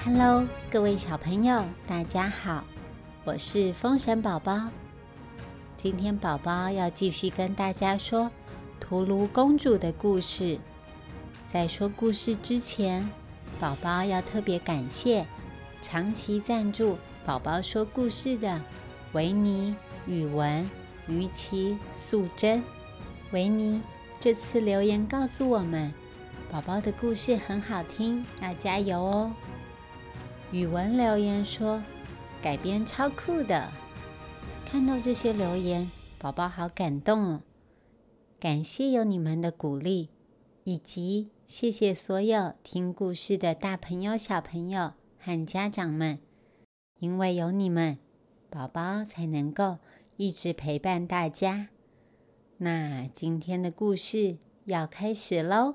Hello， 各位小朋友，大家好，我是风神宝宝。今天宝宝要继续跟大家说图卢公主的故事。在说故事之前，宝宝要特别感谢长期赞助宝宝说故事的维尼、宇文、于琪、素贞。维尼这次留言告诉我们，宝宝的故事很好听，要加油哦。宇文留言说改编超酷的，看到这些留言，宝宝好感动哦。感谢有你们的鼓励，以及谢谢所有听故事的大朋友、小朋友和家长们，因为有你们，宝宝才能够一直陪伴大家。那今天的故事要开始咯。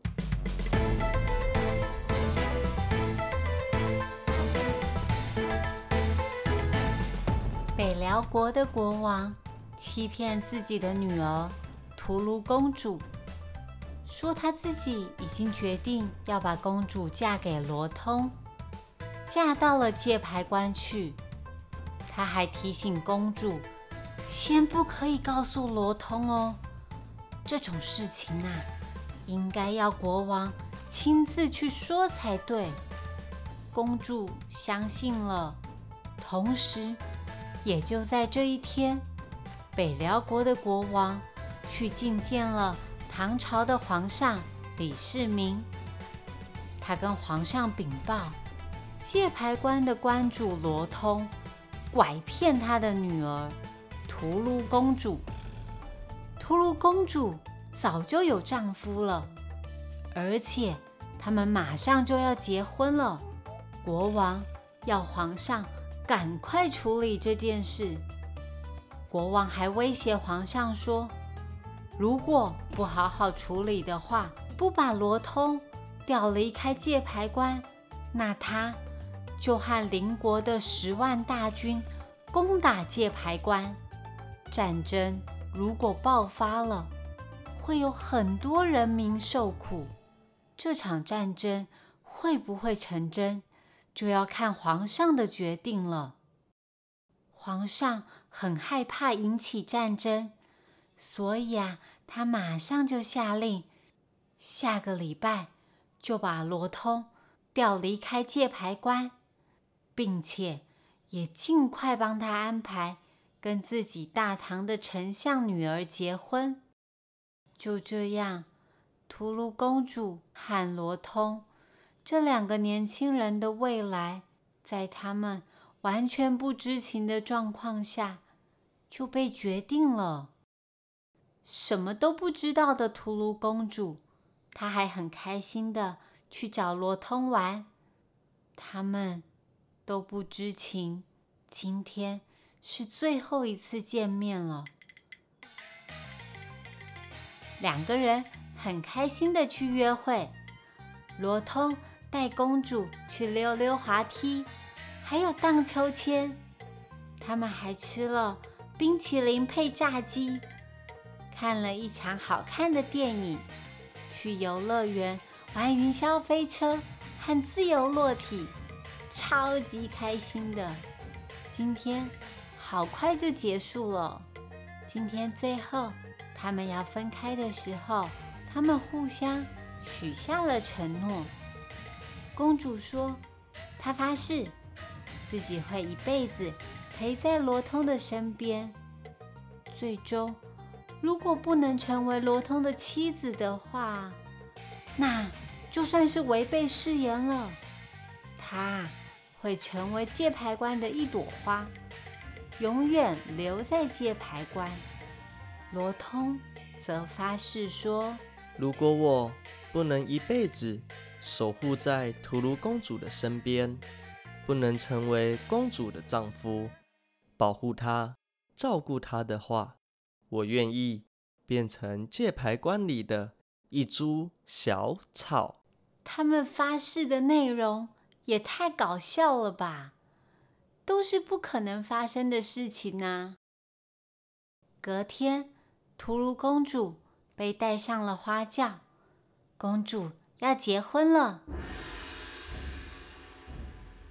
北辽国的国王欺骗自己的女儿图卢公主，说他自己已经决定要把公主嫁给罗通，嫁到了界牌关去。他还提醒公主，先不可以告诉罗通哦，这种事情啊，应该要国王亲自去说才对。公主相信了，同时也就在这一天，北辽国的国王去觐见了唐朝的皇上李世民。他跟皇上禀报，界牌关的关主罗通拐骗他的女儿图卢公主。图卢公主早就有丈夫了，而且他们马上就要结婚了。国王要皇上赶快处理这件事。国王还威胁皇上说，如果不好好处理的话，不把罗通调离开界牌关，那他就和邻国的10万大军攻打界牌关。战争如果爆发了，会有很多人民受苦。这场战争会不会成真，就要看皇上的决定了。皇上很害怕引起战争，所以他马上就下令，下个礼拜就把罗通调离开界牌关，并且也尽快帮他安排跟自己大唐的丞相女儿结婚。就这样，图卢公主和罗通这2个年轻人的未来，在他们完全不知情的状况下就被决定了。什么都不知道的图卢公主，她还很开心的去找罗通玩。他们都不知情，今天是最后一次见面了。2个人很开心的去约会，罗通带公主去溜溜滑梯，还有荡秋千。他们还吃了冰淇淋配炸鸡，看了一场好看的电影，去游乐园玩云霄飞车和自由落体，超级开心的。今天好快就结束了。今天最后他们要分开的时候，他们互相许下了承诺。公主说，她发誓自己会一辈子陪在罗通的身边。最终，如果不能成为罗通的妻子的话，那就算是违背誓言了。她会成为界牌关的一朵花，永远留在界牌关。罗通则发誓说， 如果我不能一辈子守护在图卢公主的身边，不能成为公主的丈夫，保护她、照顾她的话，我愿意变成界牌关里的一株小草。 他们发誓的内容也太搞笑了吧，都是不可能发生的事情啊。隔天，图卢公主被带上了花轿，公主要结婚了。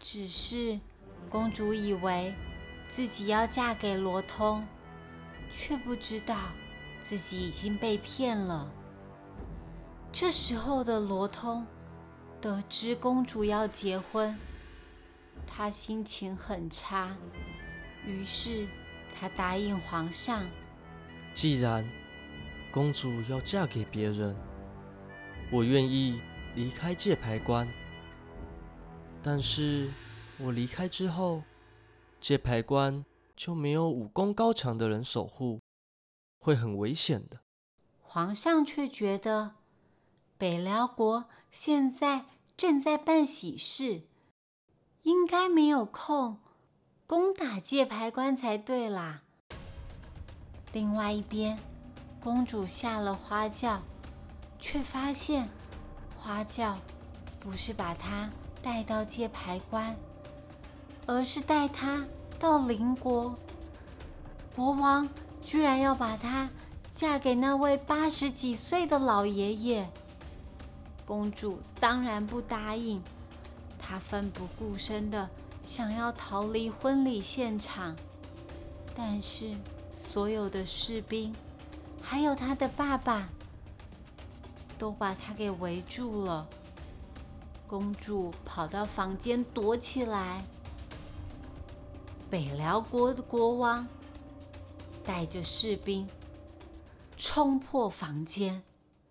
只是公主以为自己要嫁给罗通，却不知道自己已经被骗了。这时候的罗通得知公主要结婚，他心情很差，于是他答应皇上， 既然公主要嫁给别人，我愿意离开界牌关。但是我离开之后，界牌关就没有武功高强的人守护，会很危险的。 皇上却觉得北辽国现在正在办喜事，应该没有空攻打界牌关才对啦。另外一边，公主下了花轿，却发现花轿不是把她带到界牌关，而是带她到邻国。国王居然要把她嫁给那位80几岁的老爷爷。公主当然不答应，她奋不顾身的想要逃离婚礼现场，但是所有的士兵还有她的爸爸都把她给围住了。公主跑到房间躲起来。北辽国的国王带着士兵冲破房间，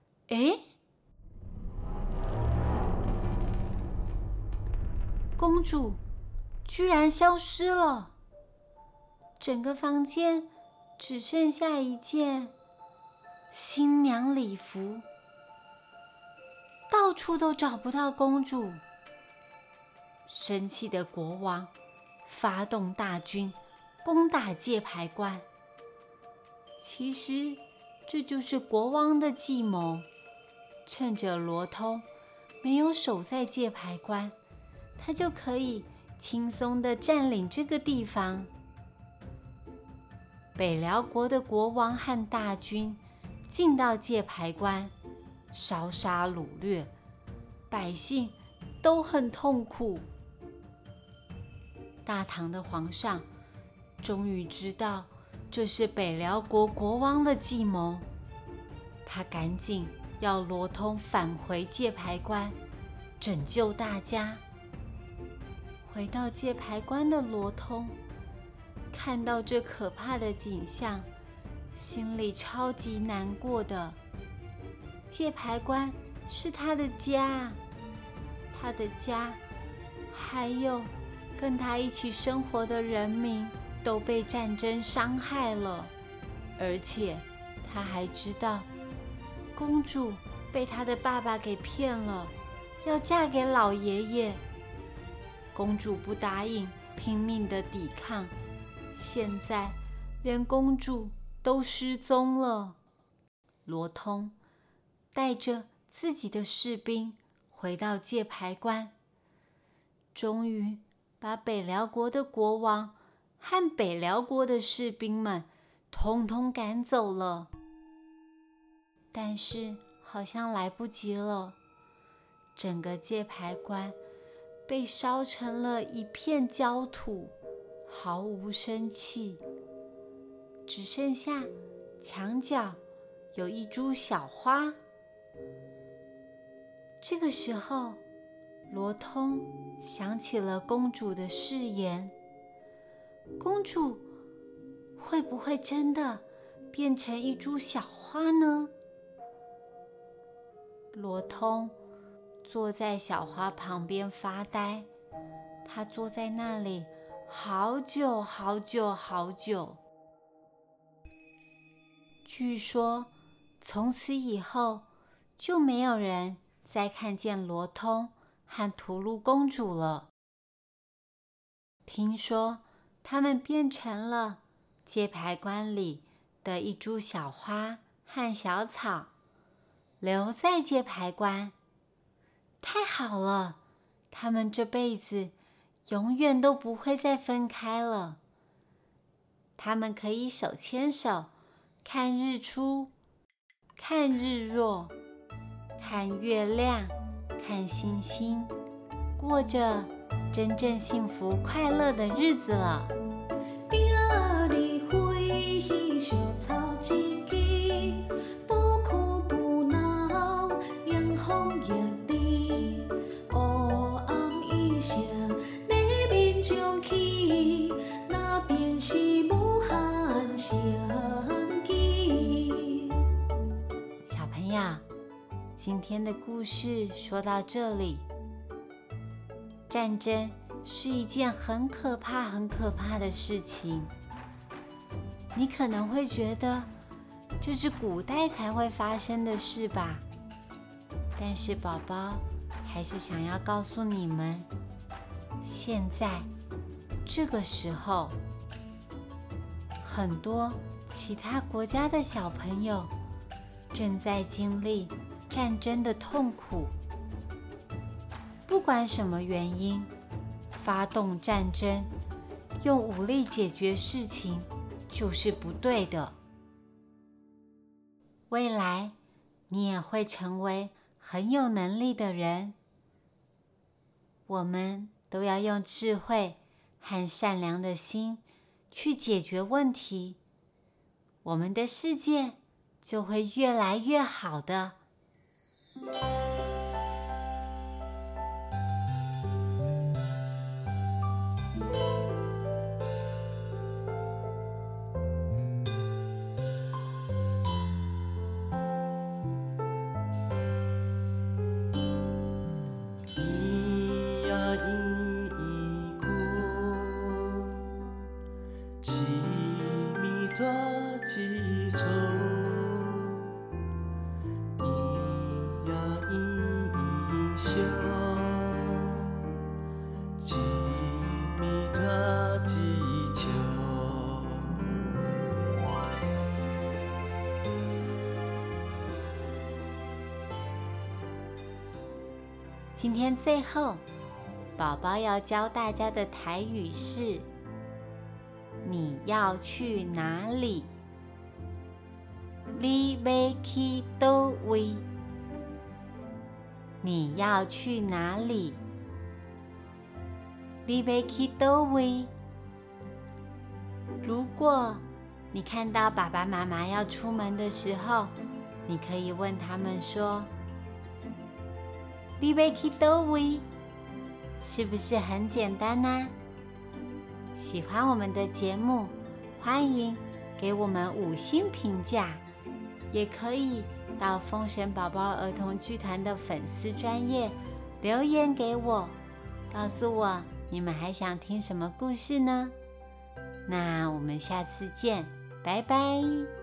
公主居然消失了，整个房间只剩下一件新娘礼服，到处都找不到公主。生气的国王发动大军攻打界牌关。其实这就是国王的计谋，趁着罗通没有守在界牌关，他就可以轻松地占领这个地方。北辽国的国王和大军进到界牌关，烧杀掳掠，百姓都很痛苦。大唐的皇上终于知道这是北辽国国王的计谋，他赶紧要罗通返回界牌关，拯救大家。回到界牌关的罗通看到这可怕的景象，心里超级难过的。界牌关是他的家，他的家还有跟他一起生活的人民都被战争伤害了，而且他还知道公主被他的爸爸给骗了，要嫁给老爷爷。公主不答应，拼命的抵抗，现在连公主都失踪了。罗通带着自己的士兵回到界牌关，终于把北辽国的国王和北辽国的士兵们统统赶走了。但是好像来不及了，整个界牌关被烧成了一片焦土，毫无生气，只剩下墙角有一株小花。这个时候，罗通想起了公主的誓言，公主会不会真的变成一株小花呢？罗通坐在小花旁边发呆，他坐在那里好久好久好久。据说从此以后就没有人再看见罗通和图卢公主了。听说他们变成了界牌关里的一株小花和小草，留在界牌关。太好了，他们这辈子永远都不会再分开了。他们可以手牵手，看日出，看日落，看月亮，看星星，过着真正幸福快乐的日子了。小朋友，今天的故事说到这里。战争是一件很可怕、很可怕的事情。你可能会觉得这是古代才会发生的事吧？但是宝宝还是想要告诉你们，现在这个时候，很多其他国家的小朋友正在经历战争的痛苦。不管什么原因，发动战争，用武力解决事情就是不对的。未来你也会成为很有能力的人。我们都要用智慧和善良的心去解决问题，我们的世界就会越来越好的。今天最后，宝宝要教大家的台语是：你要去哪里？你要去倒位？你要去哪里？你要去倒位？如果你看到爸爸妈妈要出门的时候，你可以问他们说：你要去倒位？是不是很简单呢？喜欢我们的节目，欢迎给我们5星评价，也可以到风神宝宝儿童剧团的粉丝专页留言给我，告诉我你们还想听什么故事呢？那我们下次见，拜拜。